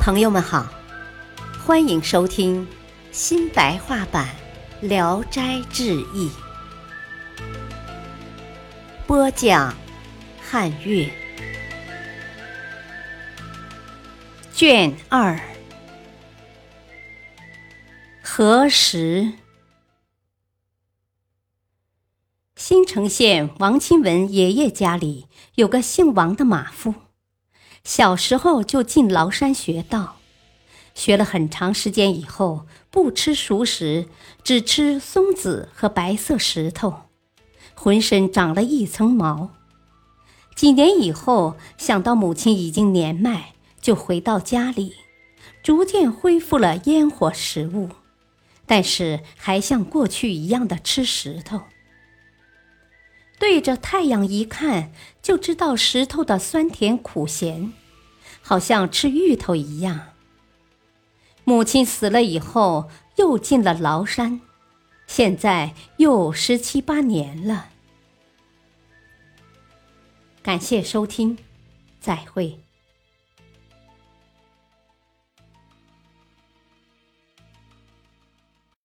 朋友们好，欢迎收听新白话版《聊斋志异》，播讲汉乐，卷2。何时？新城县王钦文爷爷家里有个姓王的马夫，小时候就进崂山学道，学了很长时间以后，不吃熟食，只吃松子和白色石头，浑身长了一层毛。几年以后，想到母亲已经年迈，就回到家里，逐渐恢复了烟火食物，但是还像过去一样的吃石头。对着太阳一看，就知道石头的酸甜苦咸，好像吃芋头一样。母亲死了以后，又进了崂山，现在又17、18年了。感谢收听，再会。